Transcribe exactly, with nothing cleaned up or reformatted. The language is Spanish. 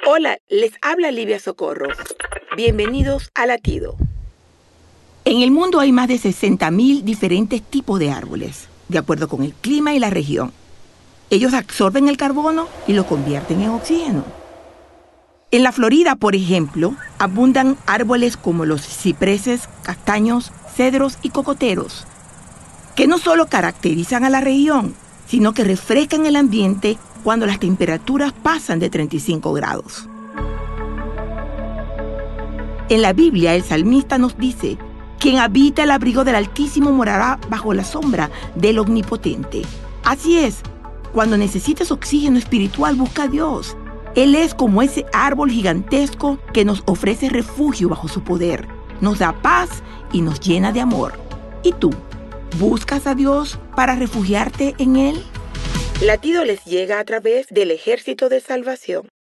Hola, les habla Livia Socorro. Bienvenidos a Latido. En el mundo hay más de sesenta mil diferentes tipos de árboles, de acuerdo con el clima y la región. Ellos absorben el carbono y lo convierten en oxígeno. En la Florida, por ejemplo, abundan árboles como los cipreses, castaños, cedros y cocoteros, que no solo caracterizan a la región, sino que refrescan el ambiente cuando las temperaturas pasan de treinta y cinco grados. En la Biblia, el salmista nos dice: quien habita el abrigo del Altísimo morará bajo la sombra del Omnipotente. Así es, cuando necesites oxígeno espiritual, busca a Dios. Él es como ese árbol gigantesco que nos ofrece refugio bajo su poder, nos da paz y nos llena de amor. ¿Y tú? ¿Buscas a Dios para refugiarte en Él? Latido les llega a través del Ejército de Salvación.